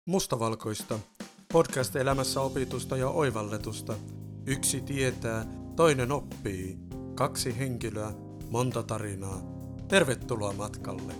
Mustavalkoista. Podcast elämässä opitusta ja oivalletusta. Yksi tietää, toinen oppii. Kaksi henkilöä, monta tarinaa. Tervetuloa matkalle.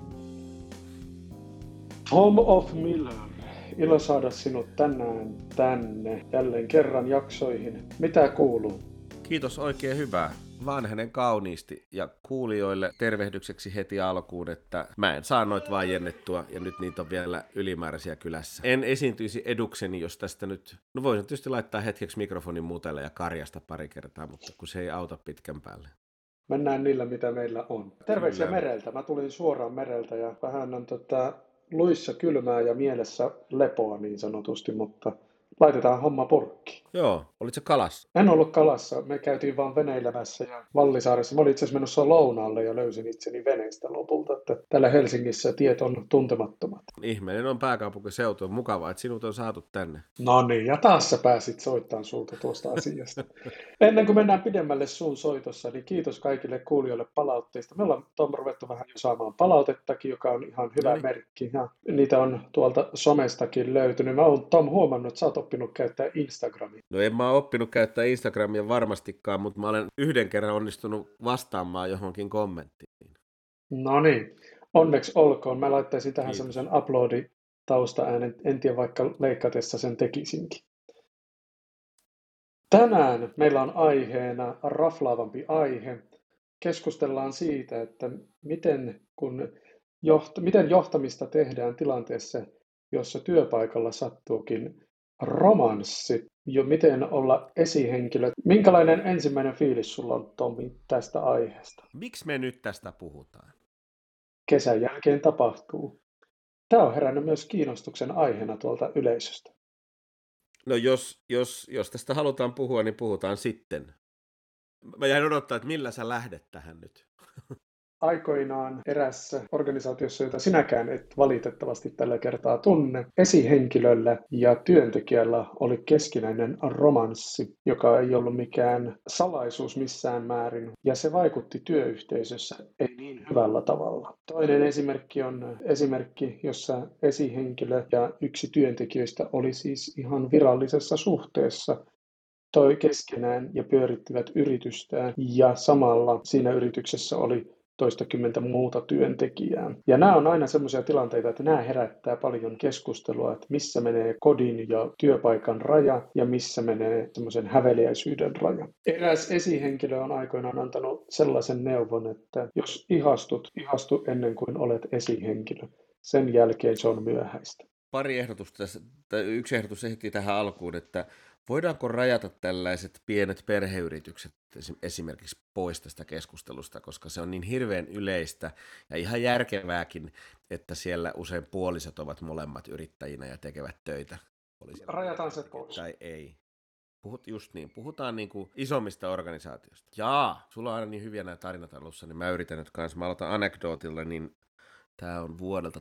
Tom of Miller. Ilo saada sinut tänään tänne jälleen kerran jaksoihin. Mitä kuuluu? Kiitos, oikein hyvää. Vanhanen kauniisti ja kuulijoille tervehdykseksi heti alkuun, että mä en saa noit vaiennettua ja nyt niitä on vielä ylimääräisiä kylässä. En esiintyisi edukseni, jos tästä nyt, no voisin tietysti laittaa hetkeksi mikrofonin mutelle ja karjasta pari kertaa, mutta kun se ei auta pitkän päälle. Mennään niillä, mitä meillä on. Terveisiä Kyllä. mereltä. Mä tulin suoraan mereltä ja vähän on luissa kylmää ja mielessä lepoa niin sanotusti, mutta laitetaan homma purkkiin. Joo, olit se kalas? En ollut kalassa, me käytiin vaan veneilemässä ja Vallisaaressa. Mä olin itse asiassa menossa lounaalle ja löysin itseni veneestä lopulta, että täällä Helsingissä tiet on tuntemattomat. Ihmeellinen on pääkaupunkiseutu, on mukavaa, että sinut on saatu tänne. No niin, ja taas sä pääsit soittamaan sulta tuosta asiasta. Ennen kuin mennään pidemmälle sun soitossa, niin kiitos kaikille kuulijoille palautteista. Me ollaan Tom ruvettu vähän jo saamaan palautettakin, joka on ihan hyvä merkki. Ja niitä on tuolta somestakin löytynyt. Mä oon Tom huomannut, että sä oot oppinut käyttää Instagramia. No en mä ole oppinut käyttää Instagramia varmastikaan, mutta mä olen yhden kerran onnistunut vastaamaan johonkin kommenttiin. No niin, onneksi olkoon. Mä laittaisin tähän Kiitos. semmoisen uploadi-taustaäänen. En tiedä, vaikka leikkatessa sen tekisinkin. Tänään meillä on aiheena raflaavampi aihe. Keskustellaan siitä, että miten johtamista tehdään tilanteessa, jossa työpaikalla sattuukin romanssi. Jo miten olla esihenkilö. Minkälainen ensimmäinen fiilis sulla on, Tomi, tästä aiheesta? Miksi me nyt tästä puhutaan? Kesän jälkeen tapahtuu. Tämä on herännyt myös kiinnostuksen aiheena tuolta yleisöstä. No jos tästä halutaan puhua, niin puhutaan sitten. Mä jäin odottaa, että millä sä lähdet tähän nyt. Aikoinaan erässä organisaatiossa, jota sinäkään et valitettavasti tällä kertaa tunne, esihenkilöllä ja työntekijällä oli keskinäinen romanssi, joka ei ollut mikään salaisuus missään määrin, ja se vaikutti työyhteisössä ei niin hyvällä tavalla. Toinen esimerkki on esimerkki, jossa esihenkilö ja yksi työntekijöistä oli siis ihan virallisessa suhteessa keskenään ja pyörittivät yritystään, ja samalla siinä yrityksessä oli toistakymmentä muuta työntekijää. Ja nämä on aina semmoisia tilanteita, että nämä herättää paljon keskustelua, että missä menee kodin ja työpaikan raja ja missä menee semmoisen häveliäisyyden raja. Eräs esihenkilö on aikoinaan antanut sellaisen neuvon, että jos ihastu ennen kuin olet esihenkilö. Sen jälkeen se on myöhäistä. Pari ehdotusta tässä, tai yksi ehdotus heti tähän alkuun, että voidaanko rajata tällaiset pienet perheyritykset esimerkiksi pois tästä keskustelusta, koska se on niin hirveän yleistä ja ihan järkevääkin, että siellä usein puoliset ovat molemmat yrittäjinä ja tekevät töitä. Rajataan se pois. Tai ei. Puhutaan niin kuin isommista organisaatioista. Jaa, sulla on aina niin hyviä nämä tarinat alussa, niin mä yritän nyt kanssa. Mä aloitan anekdootilla, niin tämä on vuodelta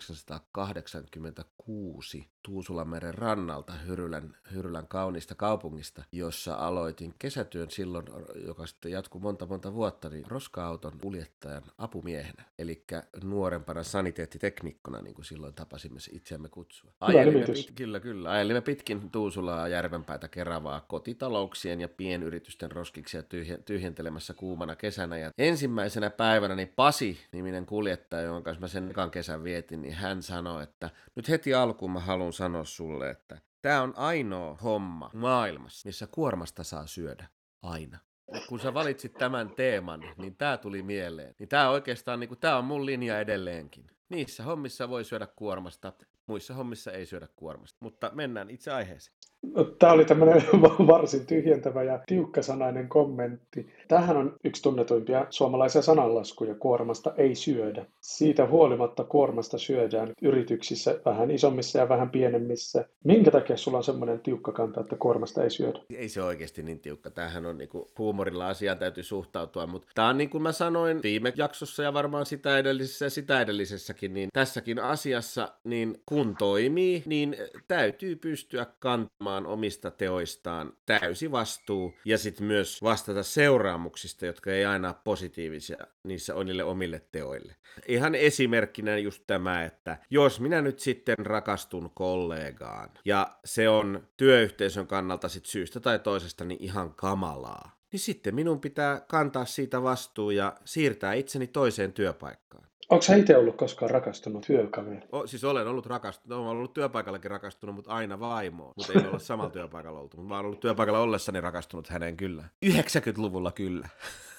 1986 Tuusulanmeren rannalta Hyrylän kauniista kaupungista, jossa aloitin kesätyön silloin, joka sitten jatkui monta vuotta, niin roska-auton kuljettajan apumiehenä, eli nuorempana saniteettiteknikkona, niin kuin silloin tapasimme itseämme kutsua. Ajelimme pitkin Tuusulaa, Järvenpäätä, Keravaa kotitalouksien ja pienyritysten roskiksia tyhjentelemässä kuumana kesänä. Ja ensimmäisenä päivänä niin Pasi-niminen kuljettaja, jonka kanssa mä sen ekan kesän vietin, niin hän sanoi, että nyt heti alkuun mä haluan sanoa sulle, että tämä on ainoa homma maailmassa, missä kuormasta saa syödä aina. Ja kun sä valitsit tämän teeman, niin tämä tuli mieleen. Niin tämä oikeastaan, niin tämä on mun linja edelleenkin. Niissä hommissa voi syödä kuormasta, muissa hommissa ei syödä kuormasta. Mutta mennään itse aiheeseen. Tämä oli tämmöinen varsin tyhjentävä ja tiukkasanainen kommentti. Tämähän on yksi tunnetuimpia suomalaisia sananlaskuja, kuormasta ei syödä. Siitä huolimatta kuormasta syödään yrityksissä, vähän isommissa ja vähän pienemmissä. Minkä takia sulla on semmoinen tiukka kanta, että kuormasta ei syödä? Ei se oikeasti niin tiukka. Tämähän on niinku huumorilla asiaan täytyy suhtautua, mutta tämä on niin kuin mä sanoin viime jaksossa ja varmaan sitä edellisessä ja sitä edellisessäkin, niin tässäkin asiassa niin kun toimii, niin täytyy pystyä kantamaan omista teoistaan täysi vastuu ja sitten myös vastata seuraamuksista, jotka ei aina ole positiivisia niissä omille teoille. Ihan esimerkkinä just tämä, että jos minä nyt sitten rakastun kollegaan ja se on työyhteisön kannalta sit syystä tai toisesta niin ihan kamalaa, niin sitten minun pitää kantaa siitä vastuu ja siirtää itseni toiseen työpaikkaan. Onko sä itse ollut koskaan rakastunut työkaveri? Siis olen ollut työpaikallakin rakastunut, mutta aina vaimoon. Mutta ei me olla samalla työpaikalla oltu. Mutta mä oon ollut työpaikalla ollessani rakastunut häneen kyllä. 90-luvulla kyllä.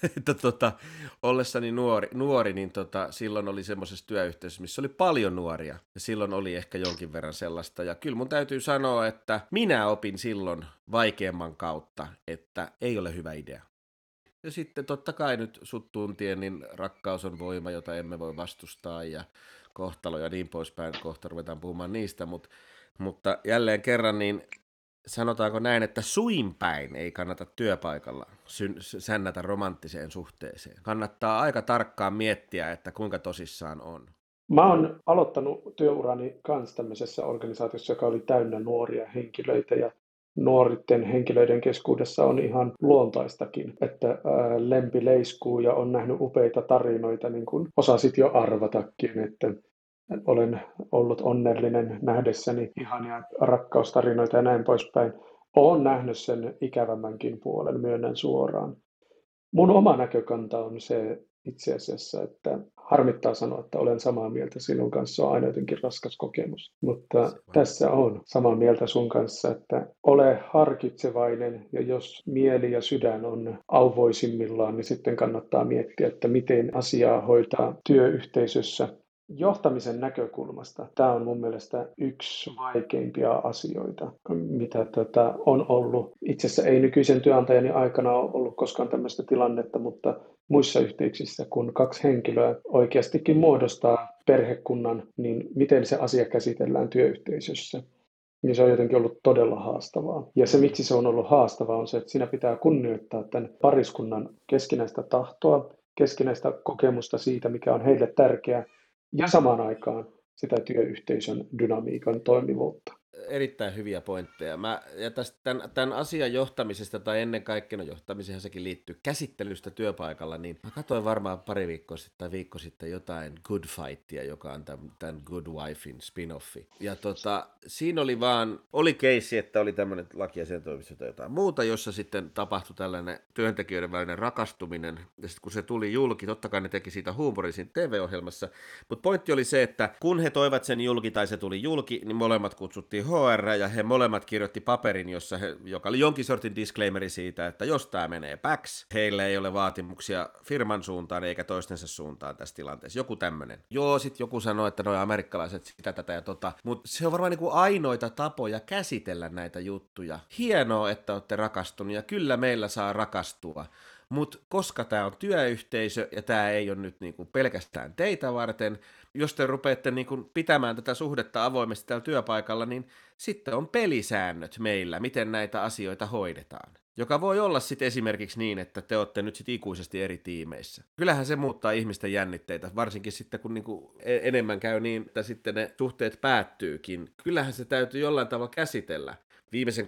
Että ollessani nuori niin silloin oli semmoisessa työyhteisössä, missä oli paljon nuoria. Ja silloin oli ehkä jonkin verran sellaista. Ja kyllä mun täytyy sanoa, että minä opin silloin vaikeamman kautta, että ei ole hyvä idea. Ja sitten totta kai nyt sut tuntien, niin rakkaus on voima, jota emme voi vastustaa ja kohtalo ja niin poispäin. Kohta ruvetaan puhumaan niistä, mutta jälleen kerran niin sanotaanko näin, että suinpäin ei kannata työpaikalla sännätä romanttiseen suhteeseen. Kannattaa aika tarkkaan miettiä, että kuinka tosissaan on. Mä oon aloittanut työurani kanssa tämmöisessä organisaatiossa, joka oli täynnä nuoria henkilöitä ja nuoritten henkilöiden keskuudessa on ihan luontaistakin, että lempi leiskuu ja on nähnyt upeita tarinoita, niin kuin osasit jo arvatakin, että olen ollut onnellinen nähdessäni ihania rakkaustarinoita ja näin poispäin. Olen nähnyt sen ikävämmänkin puolen, myönnän suoraan. Mun oma näkökanta on se itse asiassa, että harmittaa sanoa, että olen samaa mieltä sinun kanssa, on aina jotenkin raskas kokemus. Mutta tässä on samaa mieltä sun kanssa, että ole harkitsevainen ja jos mieli ja sydän on auvoisimmillaan, niin sitten kannattaa miettiä, että miten asiaa hoitaa työyhteisössä. Johtamisen näkökulmasta tämä on mun mielestä yksi vaikeimpia asioita, mitä on ollut. Itse asiassa ei nykyisen työnantajani aikana ole ollut koskaan tämmöistä tilannetta, mutta muissa yhteyksissä, kun kaksi henkilöä oikeastikin muodostaa perhekunnan, niin miten se asia käsitellään työyhteisössä, niin se on jotenkin ollut todella haastavaa. Ja se, miksi se on ollut haastavaa, on se, että siinä pitää kunnioittaa tämän pariskunnan keskinäistä tahtoa, keskinäistä kokemusta siitä, mikä on heille tärkeää, ja samaan aikaan sitä työyhteisön dynamiikan toimivuutta. Erittäin hyviä pointteja. Ja tämän asian johtamisesta, tai ennen kaikkea johtamiseen sekin liittyy käsittelystä työpaikalla, niin mä katsoin varmaan pari viikkoa sitten tai viikko sitten jotain Good Fightia, joka on tämän Good Wifein spin-offi. Ja siinä oli keissi, että oli tämmöinen lakiasiantoimisto tai jotain muuta, jossa sitten tapahtui tällainen työntekijöiden välinen rakastuminen. Ja sitten kun se tuli julki, totta kai ne teki siitä huumoria siinä TV-ohjelmassa, mutta pointti oli se, että kun he toivat sen julki tai se tuli julki, niin molemmat kutsuttiin HR ja he molemmat kirjoitti paperin, joka oli jonkin sortin disclaimeri siitä, että jos tämä menee päks, heillä ei ole vaatimuksia firman suuntaan eikä toistensa suuntaan tässä tilanteessa. Joku tämmöinen. Joo, sitten joku sanoi, että noi amerikkalaiset sitä, tätä ja mutta se on varmaan niin kuin ainoita tapoja käsitellä näitä juttuja. Hienoa, että olette rakastunut ja kyllä meillä saa rakastua. Mutta koska tämä on työyhteisö ja tämä ei ole nyt niinku pelkästään teitä varten, jos te rupeatte niinku pitämään tätä suhdetta avoimesti täällä työpaikalla, niin sitten on pelisäännöt meillä, miten näitä asioita hoidetaan. Joka voi olla sitten esimerkiksi niin, että te olette nyt sitten ikuisesti eri tiimeissä. Kyllähän se muuttaa ihmisten jännitteitä, varsinkin sitten kun niinku enemmän käy niin, että sitten ne suhteet päättyykin. Kyllähän se täytyy jollain tavalla käsitellä. Viimeisen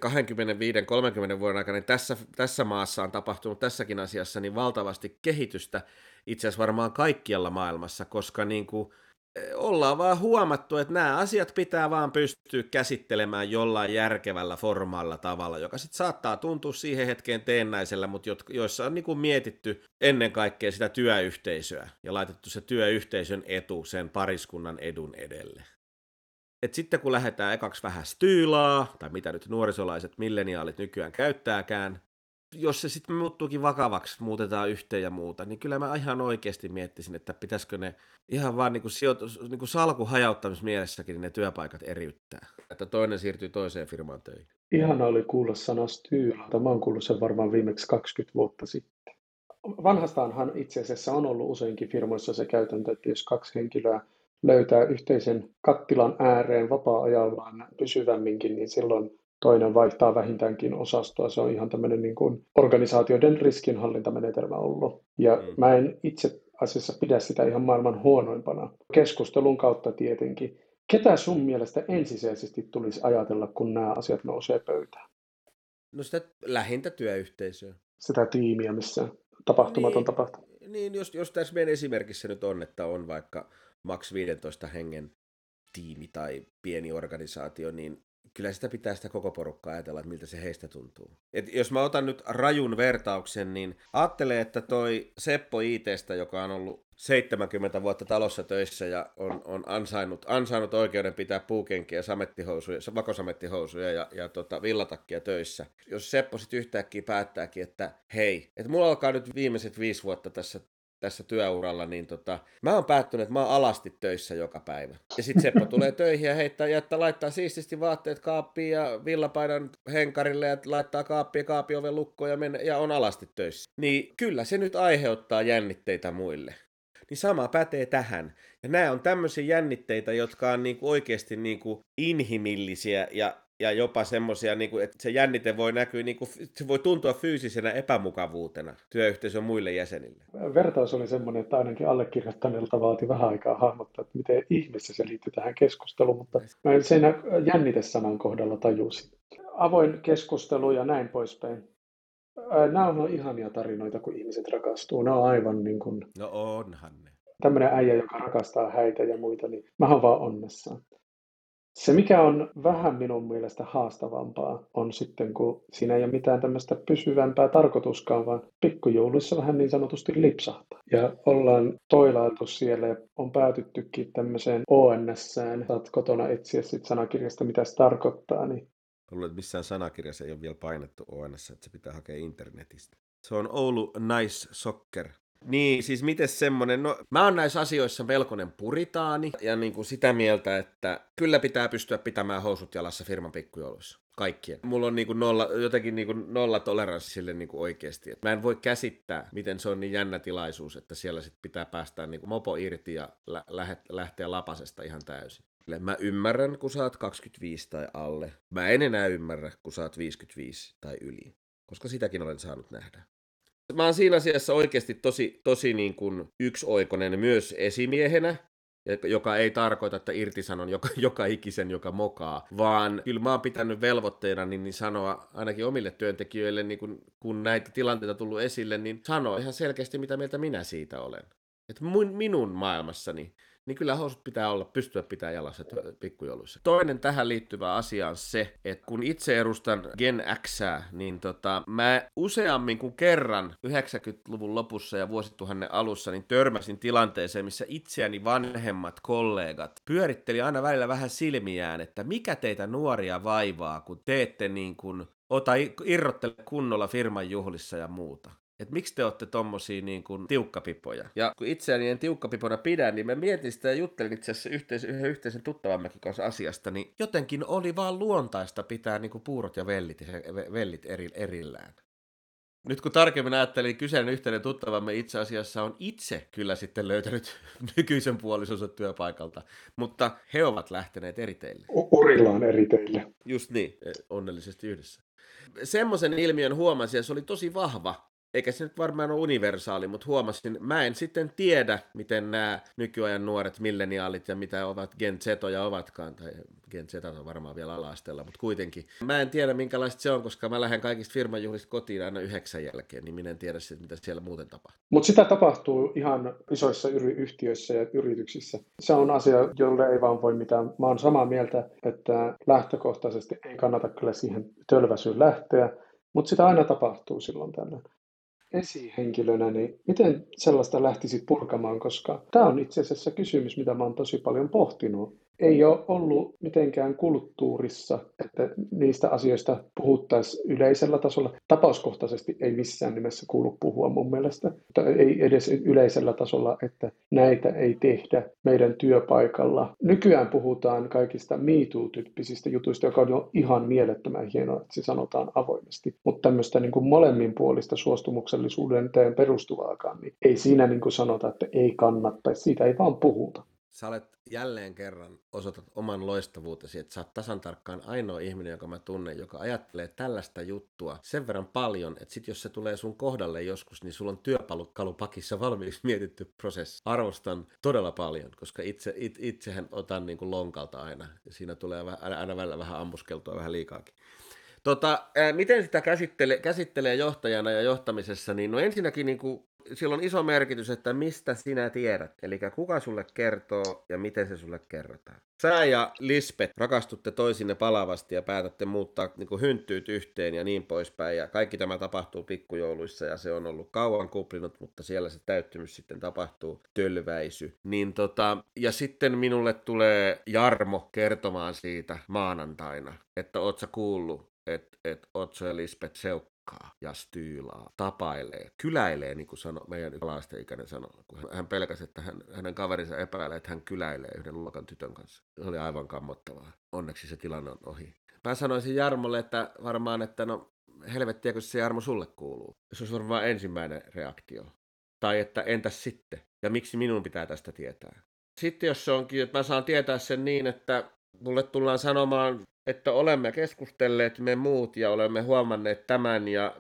25-30 vuoden aikana niin tässä maassa on tapahtunut tässäkin asiassa niin valtavasti kehitystä itse asiassa varmaan kaikkialla maailmassa, koska niin kuin ollaan vaan huomattu, että nämä asiat pitää vaan pystyä käsittelemään jollain järkevällä formaalilla tavalla, joka sitten saattaa tuntua siihen hetkeen teennäisellä, mutta joissa on niin kuin mietitty ennen kaikkea sitä työyhteisöä ja laitettu se työyhteisön etu sen pariskunnan edun edelle. Et sitten kun lähdetään ekaksi vähän styylaa, tai mitä nyt nuorisolaiset milleniaalit nykyään käyttääkään, jos se sitten muuttuukin vakavaksi, muutetaan yhteen ja muuta, niin kyllä mä ihan oikeasti miettisin, että pitäisikö ne ihan vaan niin kuin salkun hajauttamismielessäkin niin ne työpaikat eriyttää, että toinen siirtyy toiseen firmaan töihin. Ihana oli kuulla sana styylaa. Mä oon kuullut sen varmaan viimeksi 20 vuotta sitten. Vanhastaanhan itse asiassa on ollut useinkin firmoissa se käytäntö, että jos kaksi henkilöä löytää yhteisen kattilan ääreen vapaa-ajallaan pysyvämminkin, niin silloin toinen vaihtaa vähintäänkin osastoa. Se on ihan tämmöinen niin kuin organisaatioiden riskinhallintamenetelmä ollut. Ja mä en itse asiassa pidä sitä ihan maailman huonoimpana. Keskustelun kautta tietenkin Ketä sun mielestä ensisijaisesti tulisi ajatella, kun nämä asiat nousee pöytään? No sitä lähintä työyhteisöä. Sitä tiimiä, missä tapahtumat on tapahtunut. Niin jos tässä meidän esimerkissä nyt on, että on vaikka maks 15 hengen tiimi tai pieni organisaatio, niin kyllä sitä pitää sitä koko porukkaa ajatella, että miltä se heistä tuntuu. Et jos mä otan nyt rajun vertauksen, niin ajattele, että toi Seppo IT:stä, joka on ollut 70 vuotta talossa töissä ja on ansainnut oikeuden pitää puukenkiä, vakosamettihousuja ja villatakkia töissä. Jos Seppo sitten yhtäkkiä päättääkin, että hei, että mulla alkaa nyt viimeiset 5 vuotta tässä työuralla, niin mä oon päättänyt, että mä oon alasti töissä joka päivä. Ja sit Seppo tulee töihin ja laittaa siististi vaatteet kaappiin ja villapaidan henkarille ja laittaa kaapioven lukkoon ja on alasti töissä. Niin kyllä se nyt aiheuttaa jännitteitä muille. Niin sama pätee tähän. Ja nämä on tämmöisiä jännitteitä, jotka on niinku oikeasti niinku inhimillisiä ja jopa semmoisia, niinku, että se jännite voi näkyä, niinku, se voi tuntua fyysisenä epämukavuutena työyhteisön muille jäsenille. Vertaus oli semmoinen, että ainakin allekirjoittaneelta vaati vähän aikaa hahmottaa, että miten ihmeessä se liittyy tähän keskusteluun, mutta mä en siinä jännitesanan kohdalla tajusin. Avoin keskustelu ja näin poispäin. Nämä on ihania tarinoita, kun ihmiset rakastuu. Ne on aivan niin kuin No onhan ne. tämmöinen äijä, joka rakastaa häitä ja muita, niin mä oon vaan onnessaan. Se, mikä on vähän minun mielestä haastavampaa, on sitten, kun siinä ei ole mitään tämmöistä pysyvämpää tarkoituskaan, vaan pikkujouluissa vähän niin sanotusti lipsahtaa. Ja ollaan toilailtu siellä ja on päätyttykin tämmöiseen ONS-sään. Saat kotona etsiä sitten sanakirjasta, mitä se tarkoittaa. Niin Luulen, että missään sanakirjassa ei ole vielä painettu ONS, että se pitää hakea internetistä. Se on Oulu Nice Soccer. Niin, siis miten semmonen, no mä oon näissä asioissa melkoinen puritaani ja niin kuin sitä mieltä, että kyllä pitää pystyä pitämään housut jalassa firman pikkujouluissa. Kaikkien. Mulla on jotenkin nolla toleranssi sille niin kuin oikeasti. Mä en voi käsittää, miten se on niin jännä tilaisuus, että siellä sit pitää päästää niin kuin mopo irti ja lähteä lapasesta ihan täysin. Mä ymmärrän, kun sä oot 25 tai alle. Mä en enää ymmärrä, kun sä oot 55 tai yli, koska sitäkin olen saanut nähdä. Mä oon siinä asiassa oikeasti tosi niin kuin yksioikoinen myös esimiehenä, joka ei tarkoita, että irtisanon joka ikisen, joka mokaa, vaan kyllä mä oon pitänyt velvoitteena niin sanoa ainakin omille työntekijöille, niin kun näitä tilanteita tullut esille, niin sanoa ihan selkeästi, mitä mieltä minä siitä olen. Että minun maailmassani, niin kyllä housut pitää pystyä pitää jalassa pikkujouluissa. Toinen tähän liittyvä asia on se, että kun itse edustan Gen Xää, niin mä useammin kuin kerran 90-luvun lopussa ja vuosituhannen alussa niin törmäsin tilanteeseen, missä itseäni vanhemmat kollegat pyöritteli aina välillä vähän silmiään, että mikä teitä nuoria vaivaa, kun teette niin kuin, irrottele kunnolla firman juhlissa ja muuta. Että miksi te olette tommosia niin kuin tiukkapipoja. Ja kun itseäni en tiukkapipona pidä, niin mä mietin sitä ja juttelin itse asiassa yhden yhteisen tuttavammekin kanssa asiasta, niin jotenkin oli vaan luontaista pitää niin kuin puurot ja vellit erillään. Nyt kun tarkemmin ajattelin, kyseinen yhteinen tuttavamme itse asiassa on itse kyllä sitten löytänyt nykyisen puolisonsa työpaikalta, mutta he ovat lähteneet eri teille. Urillaan eri teille. Just niin, onnellisesti yhdessä. Semmoisen ilmiön huomasin ja se oli tosi vahva. Eikä se nyt varmaan ole universaali, mutta huomasin, mä en sitten tiedä, miten nämä nykyajan nuoret milleniaalit ja mitä ovat Gen Zetoja ovatkaan, tai Gen Zetat on varmaan vielä ala-asteella, mutta kuitenkin. Mä en tiedä, minkälaista se on, koska mä lähden kaikista firmanjuhlista kotiin aina 9 jälkeen, niin minä en tiedä sitten, mitä siellä muuten tapahtuu. Mutta sitä tapahtuu ihan isoissa yhtiöissä ja yrityksissä. Se on asia, jolle ei vaan voi mitään. Mä oon samaa mieltä, että lähtökohtaisesti ei kannata kyllä siihen tölväsyyn lähteä, mutta sitä aina tapahtuu silloin tällöin. Esihenkilönä, niin miten sellaista lähtisit purkamaan, koska tämä on itse asiassa kysymys, mitä mä oon tosi paljon pohtinut. Ei ole ollut mitenkään kulttuurissa, että niistä asioista puhuttaisiin yleisellä tasolla. Tapauskohtaisesti ei missään nimessä kuulu puhua mun mielestä, mutta ei edes yleisellä tasolla, että näitä ei tehdä meidän työpaikalla. Nykyään puhutaan kaikista MeToo-tyyppisistä jutuista, joka on jo ihan mielettömän hienoa, että se sanotaan avoimesti. Mutta tämmöistä niin kuin molemminpuolista suostumuksellisuuteen perustuvaakaan, niin ei siinä niin kuin sanota, että ei kannattaisi. Siitä ei vaan puhuta. Sä olet jälleen kerran osoitat oman loistavuutesi, että sä oot tasan tarkkaan ainoa ihminen, joka mä tunnen, joka ajattelee tällaista juttua sen verran paljon, että sit jos se tulee sun kohdalle joskus, niin sulla on työkalupakissa valmiiksi mietitty prosessi. Arvostan todella paljon, koska itsehän otan niin kuin lonkalta aina. Ja siinä tulee aina välillä vähän ammuskeltua, vähän liikaakin. Miten sitä käsittelee johtajana ja johtamisessa, niin no ensinnäkin niin kuin, sillä on iso merkitys, että mistä sinä tiedät, eli kuka sulle kertoo ja miten se sulle kerrotaan. Sä ja Lisbeth rakastutte toisinne palavasti ja päätätte muuttaa niin kuin hynttyyt yhteen ja niin poispäin, ja kaikki tämä tapahtuu pikkujouluissa ja se on ollut kauan kuplinut, mutta siellä se täyttymys sitten tapahtuu, tölväisy. Ja sitten minulle tulee Jarmo kertomaan siitä maanantaina, että oot sä kuullut, että Otso ja Lisbeth seukkaa ja styylaa, tapailee, kyläilee, niin kuin meidän ala-asteikäinen sanoi, kun hän pelkäsi, että hänen kaverinsa epäilee, että hän kyläilee yhden luokan tytön kanssa. Se oli aivan kammottavaa. Onneksi se tilanne on ohi. Mä sanoisin Jarmolle, että varmaan, että no helvettiä, kun se Jarmo sulle kuuluu. Se olisi varmaan ensimmäinen reaktio. Tai että entäs sitten? Ja miksi minun pitää tästä tietää? Sitten jos se onkin, että mä saan tietää sen niin, että mulle tullaan sanomaan, että olemme keskustelleet me muut ja olemme huomanneet tämän ja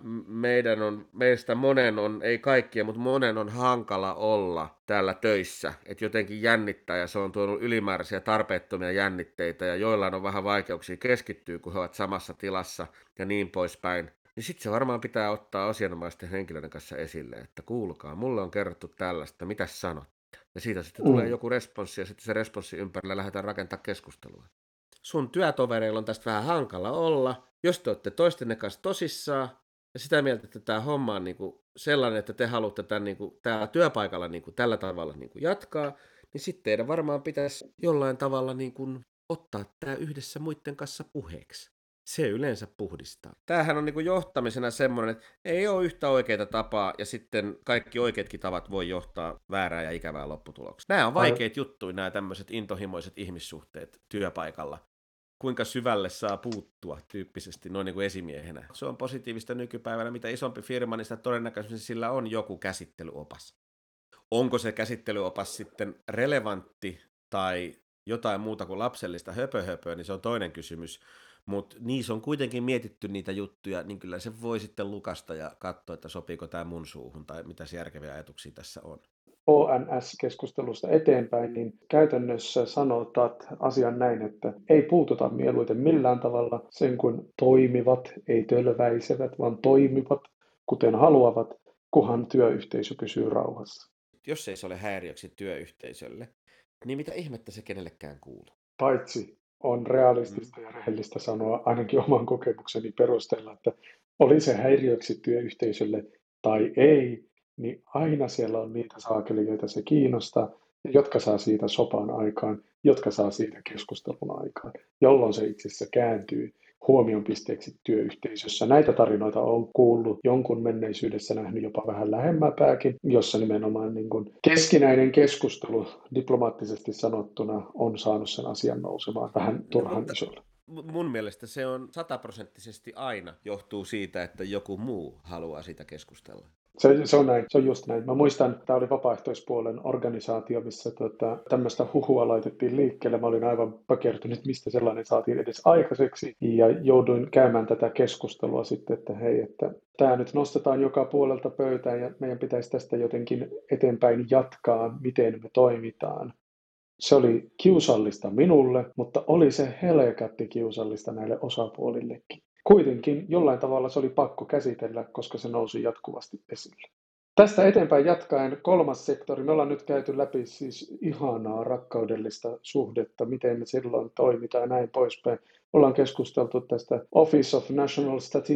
meistä monen on, ei kaikkia, mutta monen on hankala olla täällä töissä. Että jotenkin jännittää ja se on tuonut ylimääräisiä tarpeettomia jännitteitä ja joillain on vähän vaikeuksia keskittyä, kun he ovat samassa tilassa ja niin poispäin. Niin sitten se varmaan pitää ottaa asianomaisten henkilöiden kanssa esille, että kuulkaa, mulle on kerrottu tällaista, mitä sanotte? Ja siitä sitten tulee joku responssi ja sitten se responssi ympärillä lähdetään rakentamaan keskustelua. Sun työtovereilla on tästä vähän hankala olla, jos te olette toistenne kanssa tosissaan ja sitä mieltä, että tämä homma on niinku sellainen, että te haluatte tämän niinku, täällä työpaikalla niinku, tällä tavalla niinku jatkaa, niin sitten teidän varmaan pitäisi jollain tavalla niinku ottaa tämä yhdessä muiden kanssa puheeksi. Se yleensä puhdistaa. Tämähän on niinku johtamisena semmoinen, että ei ole yhtä oikeita tapaa ja sitten kaikki oikeatkin tavat voi johtaa väärään ja ikävään lopputulokseen. Nämä on vaikeita juttuja, nämä tämmöiset intohimoiset ihmissuhteet työpaikalla. Kuinka syvälle saa puuttua tyyppisesti noin niin kuin esimiehenä. Se on positiivista nykypäivänä. Mitä isompi firma, niin sitä todennäköisesti sillä on joku käsittelyopas. Onko se käsittelyopas sitten relevantti tai jotain muuta kuin lapsellista höpöhöpöä, niin se on toinen kysymys. Mutta niissä on kuitenkin mietitty niitä juttuja, niin kyllä se voi sitten lukasta ja katsoa, että sopiiko tämä mun suuhun tai mitä järkeviä ajatuksia tässä on. ONS-keskustelusta eteenpäin, niin käytännössä sanotaan asian näin, että ei puututa mieluiten millään tavalla sen, kun toimivat, ei tölväisevät, vaan toimivat, kuten haluavat, kunhan työyhteisö pysyy rauhassa. Jos ei se ole häiriöksi työyhteisölle, niin mitä ihmettä se kenellekään kuuluu? Paitsi on realistista ja rehellistä sanoa ainakin oman kokemukseni perusteella, että oli se häiriöksi työyhteisölle tai ei, niin aina siellä on niitä saakelijoita se kiinnostaa, jotka saa siitä sopan aikaan, jotka saa siitä keskustelun aikaan, jolloin se itse asiassa kääntyy huomion pisteeksi työyhteisössä. Näitä tarinoita on kuullut jonkun menneisyydessä, nähnyt jopa vähän lähemmäpääkin, jossa nimenomaan niin kuin keskinäinen keskustelu diplomaattisesti sanottuna on saanut sen asian nousemaan vähän turhan isolle. Mun mielestä se on 100% aina johtuu siitä, että joku muu haluaa siitä keskustella. Se on näin, se on just näin. Mä muistan, että tämä oli vapaaehtoispuolen organisaatio, missä tämmöistä huhua laitettiin liikkeelle. Mä olin aivan pakertunut, mistä sellainen saatiin edes aikaiseksi. Ja jouduin käymään tätä keskustelua sitten, että hei, että tämä nyt nostetaan joka puolelta pöytään ja meidän pitäisi tästä jotenkin eteenpäin jatkaa, miten me toimitaan. Se oli kiusallista minulle, mutta oli se helkatti kiusallista näille osapuolillekin. Kuitenkin jollain tavalla se oli pakko käsitellä, koska se nousi jatkuvasti esille. Tästä eteenpäin jatkaen kolmas sektori. Me ollaan nyt käyty läpi siis ihanaa rakkaudellista suhdetta, miten me silloin toimitaan ja näin poispäin. Ollaan keskusteltu tästä Office of National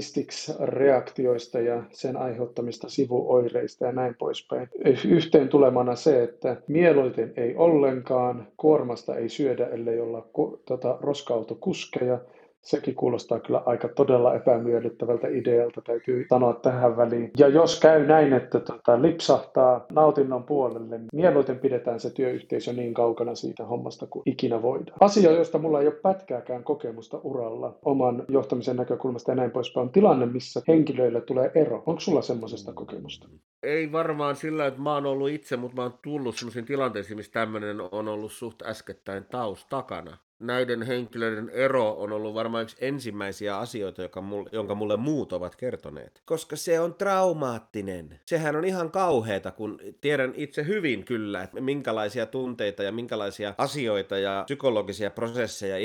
Statistics-reaktioista ja sen aiheuttamista sivuoireista ja näin poispäin. Yhteen tulemana se, että mieluiten ei ollenkaan, kuormasta ei syödä, ellei olla roska-autokuskeja. Sekin kuulostaa kyllä aika todella epämiellyttävältä idealta, täytyy sanoa tähän väliin. Ja jos käy näin, että lipsahtaa nautinnon puolelle, niin mieluiten pidetään se työyhteisö niin kaukana siitä hommasta kuin ikinä voidaan. Asia, josta mulla ei ole pätkääkään kokemusta uralla oman johtamisen näkökulmasta ja näin poispäin, on tilanne, missä henkilöille tulee ero. Onko sulla semmoisesta kokemusta? ei varmaan sillä, että mä oon ollut itse, mutta mä oon tullut sellaisiin tilanteisiin, missä tämmöinen on ollut suht äskettäin takana. Näiden henkilöiden ero on ollut varmaan yksi ensimmäisiä asioita, jonka mulle muut ovat kertoneet. Koska se on traumaattinen. Sehän on ihan kauheata, kun tiedän itse hyvin kyllä, että minkälaisia tunteita ja minkälaisia asioita ja psykologisia prosesseja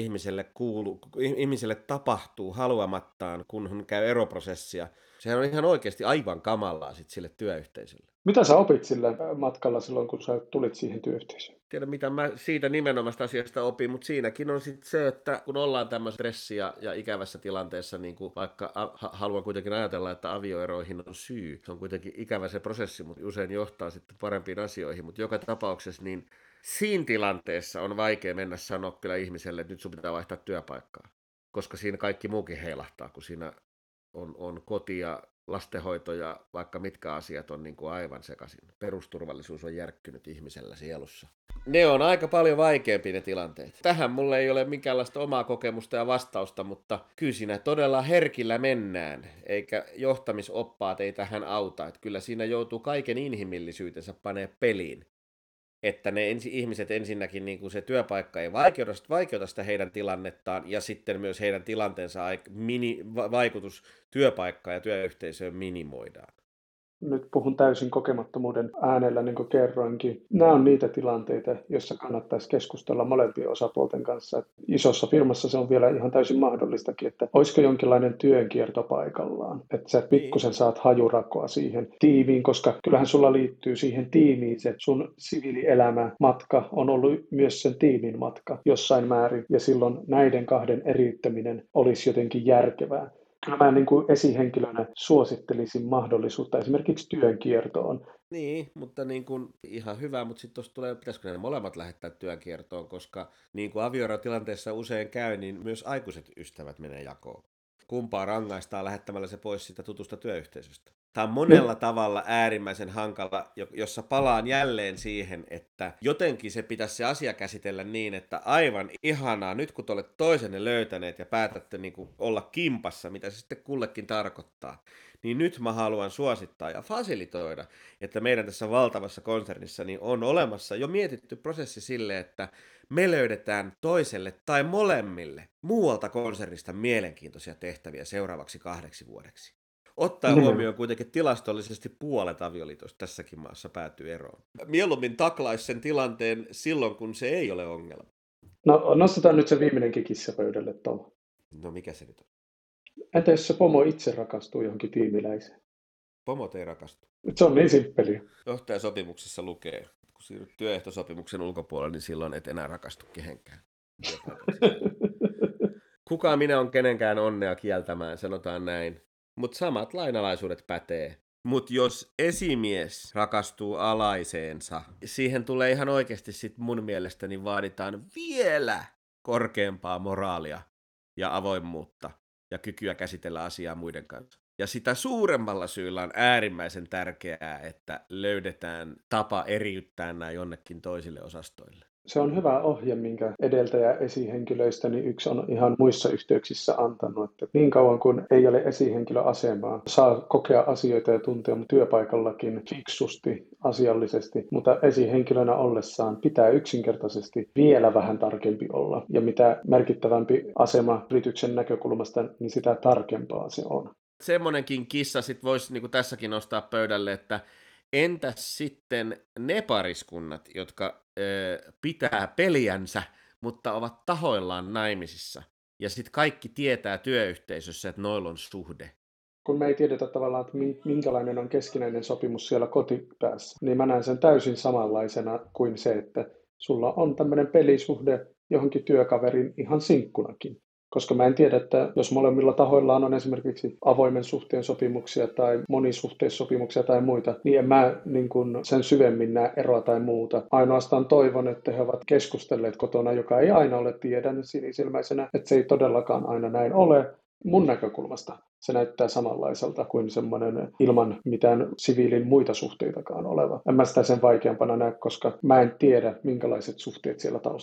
ihmiselle tapahtuu haluamattaan, kun hän käy eroprosessia. Sehän on ihan oikeasti aivan kamalaa sit sille työyhteisölle. Mitä sä opit sillä matkalla silloin, kun sä tulit siihen työyhteisöön? Tiedä, mitä mä siitä nimenomaista asiasta opin, mutta siinäkin on sitten se, että kun ollaan tämmöisessä stressiä ja ikävässä tilanteessa, niin kuin vaikka haluan kuitenkin ajatella, että avioeroihin on syy. Se on kuitenkin ikävä se prosessi, mutta usein johtaa sitten parempiin asioihin. Mutta joka tapauksessa niin siinä tilanteessa on vaikea mennä sanoa kyllä ihmiselle, että nyt sun pitää vaihtaa työpaikkaa. Koska siinä kaikki muukin heilahtaa, kun siinä on koti ja lastenhoito ja vaikka mitkä asiat on niin kuin aivan sekaisin. Perusturvallisuus on järkkynyt ihmisellä sielussa. Ne on aika paljon vaikeampia ne tilanteet. Tähän mulle ei ole minkäänlaista omaa kokemusta ja vastausta, mutta kyllä siinä todella herkillä mennään, eikä johtamisoppaat ei tähän auta. Että kyllä siinä joutuu kaiken inhimillisyytensä panee peliin. Että ne ihmiset ensinnäkin niin kuin se työpaikka ei vaikeuta sitä heidän tilannettaan ja sitten myös heidän tilanteensa vaikutus työpaikkaan ja työyhteisöön minimoidaan. Nyt puhun täysin kokemattomuuden äänellä, niin kuin kerroinkin. Nämä on niitä tilanteita, joissa kannattaisi keskustella molempien osapuolten kanssa. Isossa firmassa se on vielä ihan täysin mahdollistakin, että olisiko jonkinlainen työnkierto paikallaan. Että sä pikkusen saat hajurakoa siihen tiimiin, koska kyllähän sulla liittyy siihen tiimiin se sun siviilielämä, matka on ollut myös sen tiimin matka jossain määrin. Ja silloin näiden kahden eriyttäminen olisi jotenkin järkevää. Kyllä mä niin kuin esihenkilönä suosittelisin mahdollisuutta esimerkiksi työnkiertoon. Niin, mutta niin kuin ihan hyvä, mutta sitten tuossa tulee, pitäisikö ne molemmat lähettää työnkiertoon, koska niin kuin avioerotilanteessa usein käy, niin myös aikuiset ystävät menee jakoon. Kumpaa rangaistaan lähettämällä se pois siitä tutusta työyhteisöstä. Tämä on monella tavalla äärimmäisen hankala, jossa palaan jälleen siihen, että jotenkin se pitäisi se asia käsitellä niin, että aivan ihanaa, nyt kun te olette toisenne löytäneet ja päätätte niin kuin olla kimpassa, mitä se sitten kullekin tarkoittaa, niin nyt mä haluan suosittaa ja fasilitoida, että meidän tässä valtavassa konsernissa niin on olemassa jo mietitty prosessi sille, että me löydetään toiselle tai molemmille muualta konsernista mielenkiintoisia tehtäviä seuraavaksi 2 vuodeksi. Ottaa huomioon kuitenkin tilastollisesti puolet avioliitosta tässäkin maassa päätyy eroon. Mieluummin taklaisi sen tilanteen silloin, kun se ei ole ongelma. No nostetaan nyt se viimeinenkin kissa pöydälle, Tom. No mikä se nyt on? Entä jos se pomo itse rakastuu johonkin tiimiläiseen? Pomot ei rakastu. Se on niin simppeliä. Johtajasopimuksessa lukee, kun siirryt työehtosopimuksen ulkopuolelle, niin silloin et enää rakastu kehenkään. Kuka minä on kenenkään onnea kieltämään, sanotaan näin. Mutta samat lainalaisuudet pätee. Mutta jos esimies rakastuu alaiseensa, siihen tulee ihan oikeasti sit mun mielestäni vaaditaan vielä korkeampaa moraalia ja avoimuutta ja kykyä käsitellä asiaa muiden kanssa. Ja sitä suuremmalla syyllä on äärimmäisen tärkeää, että löydetään tapa eriyttää nämä jonnekin toisille osastoille. Se on hyvä ohje, minkä edeltäjä esihenkilöistä niin yksi on ihan muissa yhteyksissä antanut, että niin kauan kuin ei ole esihenkilöasemaa, saa kokea asioita ja tuntea työpaikallakin fiksusti, asiallisesti, mutta esihenkilönä ollessaan pitää yksinkertaisesti vielä vähän tarkempi olla. Ja mitä merkittävämpi asema yrityksen näkökulmasta, niin sitä tarkempaa se on. Semmoinenkin kissa sit voisi niin kuin tässäkin nostaa pöydälle, että entäs sitten ne pariskunnat, jotka pitää peliänsä, mutta ovat tahoillaan naimisissa. Ja sitten kaikki tietää työyhteisössä, että noilla on suhde. Kun me ei tiedetä tavallaan, että minkälainen on keskinäinen sopimus siellä kotipäässä, niin mä näen sen täysin samanlaisena kuin se, että sulla on tämmöinen pelisuhde johonkin työkaverin ihan sinkkunakin. Koska mä en tiedä, että jos molemmilla tahoillaan on esimerkiksi avoimen suhteen sopimuksia tai monisuhteissopimuksia tai muita, niin en mä niin kun sen syvemmin näe eroa tai muuta. Ainoastaan toivon, että he ovat keskustelleet kotona, joka ei aina ole tiedän sinisilmäisenä, että se ei todellakaan aina näin ole. Mun näkökulmasta se näyttää samanlaiselta kuin semmoinen ilman mitään siviilin muita suhteitakaan oleva. En mä sitä sen vaikeampana näe, koska mä en tiedä, minkälaiset suhteet siellä taustalla on.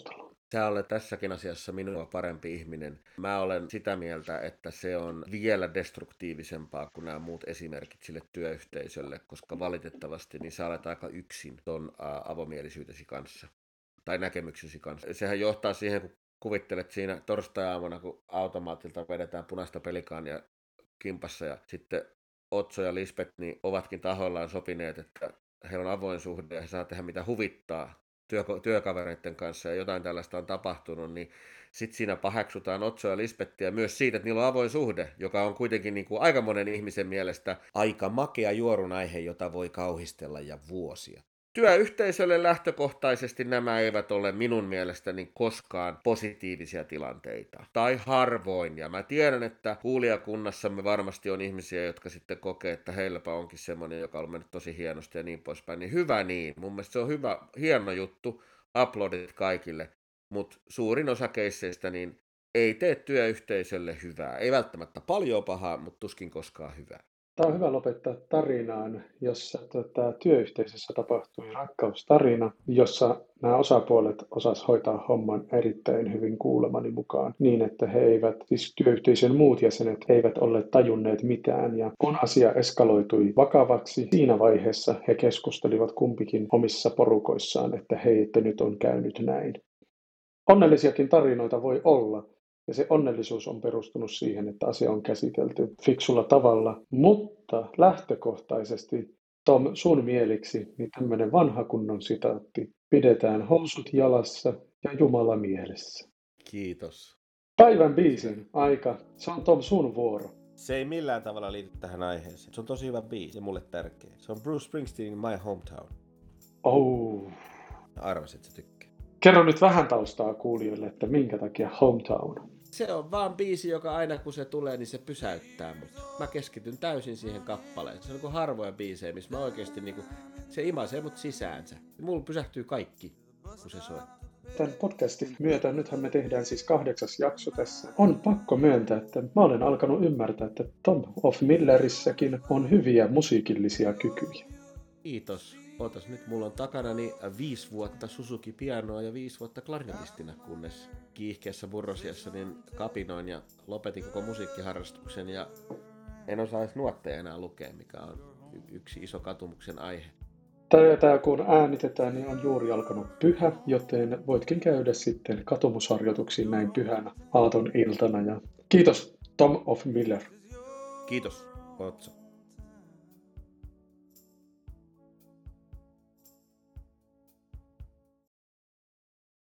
Sä olet tässäkin asiassa minua parempi ihminen. Mä olen sitä mieltä, että se on vielä destruktiivisempaa kuin nämä muut esimerkit sille työyhteisölle, koska valitettavasti niin sä olet aika yksin ton avomielisyytesi kanssa tai näkemyksesi kanssa. Sehän johtaa siihen, kun kuvittelet siinä torstai-aamuna, kun automaatilta vedetään punaista pelikaania kimpassa ja sitten Otso ja Lisbeth niin ovatkin tahoillaan sopineet, että heillä on avoin suhde ja he saa tehdä mitä huvittaa työkavereiden kanssa ja jotain tällaista on tapahtunut, niin sitten siinä paheksutaan Otso ja Lisbettiä myös siitä, että niillä on avoin suhde, joka on kuitenkin niin kuin aika monen ihmisen mielestä aika makea juorun aihe, jota voi kauhistella ja vuosia. Työyhteisölle lähtökohtaisesti nämä eivät ole minun mielestäni koskaan positiivisia tilanteita. Tai harvoin. Ja mä tiedän, että kuulijakunnassamme varmasti on ihmisiä, jotka sitten kokee, että heilläpä onkin semmoinen, joka on mennyt tosi hienosti ja niin poispäin. Niin hyvä niin. Mun mielestä se on hyvä, hieno juttu. Uploadit kaikille. Mutta suurin osa keisseistä niin ei tee työyhteisölle hyvää. Ei välttämättä paljon pahaa, mutta tuskin koskaan hyvää. Tämä on hyvä lopettaa tarinaan, jossa työyhteisössä tapahtui rakkaustarina, jossa nämä osapuolet osas hoitaa homman erittäin hyvin kuulemani mukaan niin, että he eivät, siis työyhteisön muut jäsenet eivät olleet tajunneet mitään. Ja kun asia eskaloitui vakavaksi, siinä vaiheessa he keskustelivat kumpikin omissa porukoissaan, että hei, että nyt on käynyt näin. Onnellisiakin tarinoita voi olla. Ja se onnellisuus on perustunut siihen, että asia on käsitelty fiksulla tavalla, mutta lähtökohtaisesti, Tom, sun mieliksi, niin tämmöinen vanha kunnon sitaatti, pidetään housut jalassa ja Jumala mielessä. Kiitos. Päivän biisin aika, se on Tom sun vuoro. Se ei millään tavalla liity tähän aiheeseen. Se on tosi hyvä biisi ja mulle tärkeä. Se on Bruce Springsteenin My Hometown. Oh. Arvasit, että sä tykkää. Kerro nyt vähän taustaa kuulijoille, että minkä takia Hometown. Se on vaan biisi, joka aina kun se tulee, niin se pysäyttää mut. Mä keskityn täysin siihen kappaleen. Se on niin harvoja biisejä, missä mä oikeesti niin se imaisee mut sisäänsä. Mulla pysähtyy kaikki, kun se soi. Tämän podcastin myötä, nythän me tehdään siis 8. jakso tässä, on pakko myöntää, että mä olen alkanut ymmärtää, että Tom of Millerissäkin on hyviä musiikillisia kykyjä. Kiitos. Ootas nyt, mulla on takanani 5 vuotta Suzuki-pianoa ja 5 vuotta klarinetistina, kunnes kiihkeässä murrosiassa niin kapinoin ja lopetin koko musiikkiharrastuksen ja en osaa edes nuotteja enää lukea, mikä on yksi iso katumuksen aihe. Tämä kun äänitetään, niin on juuri alkanut pyhä, joten voitkin käydä sitten katumusharjoituksiin näin pyhänä aaton iltana. Ja kiitos Tom of Miller. Kiitos, Otso.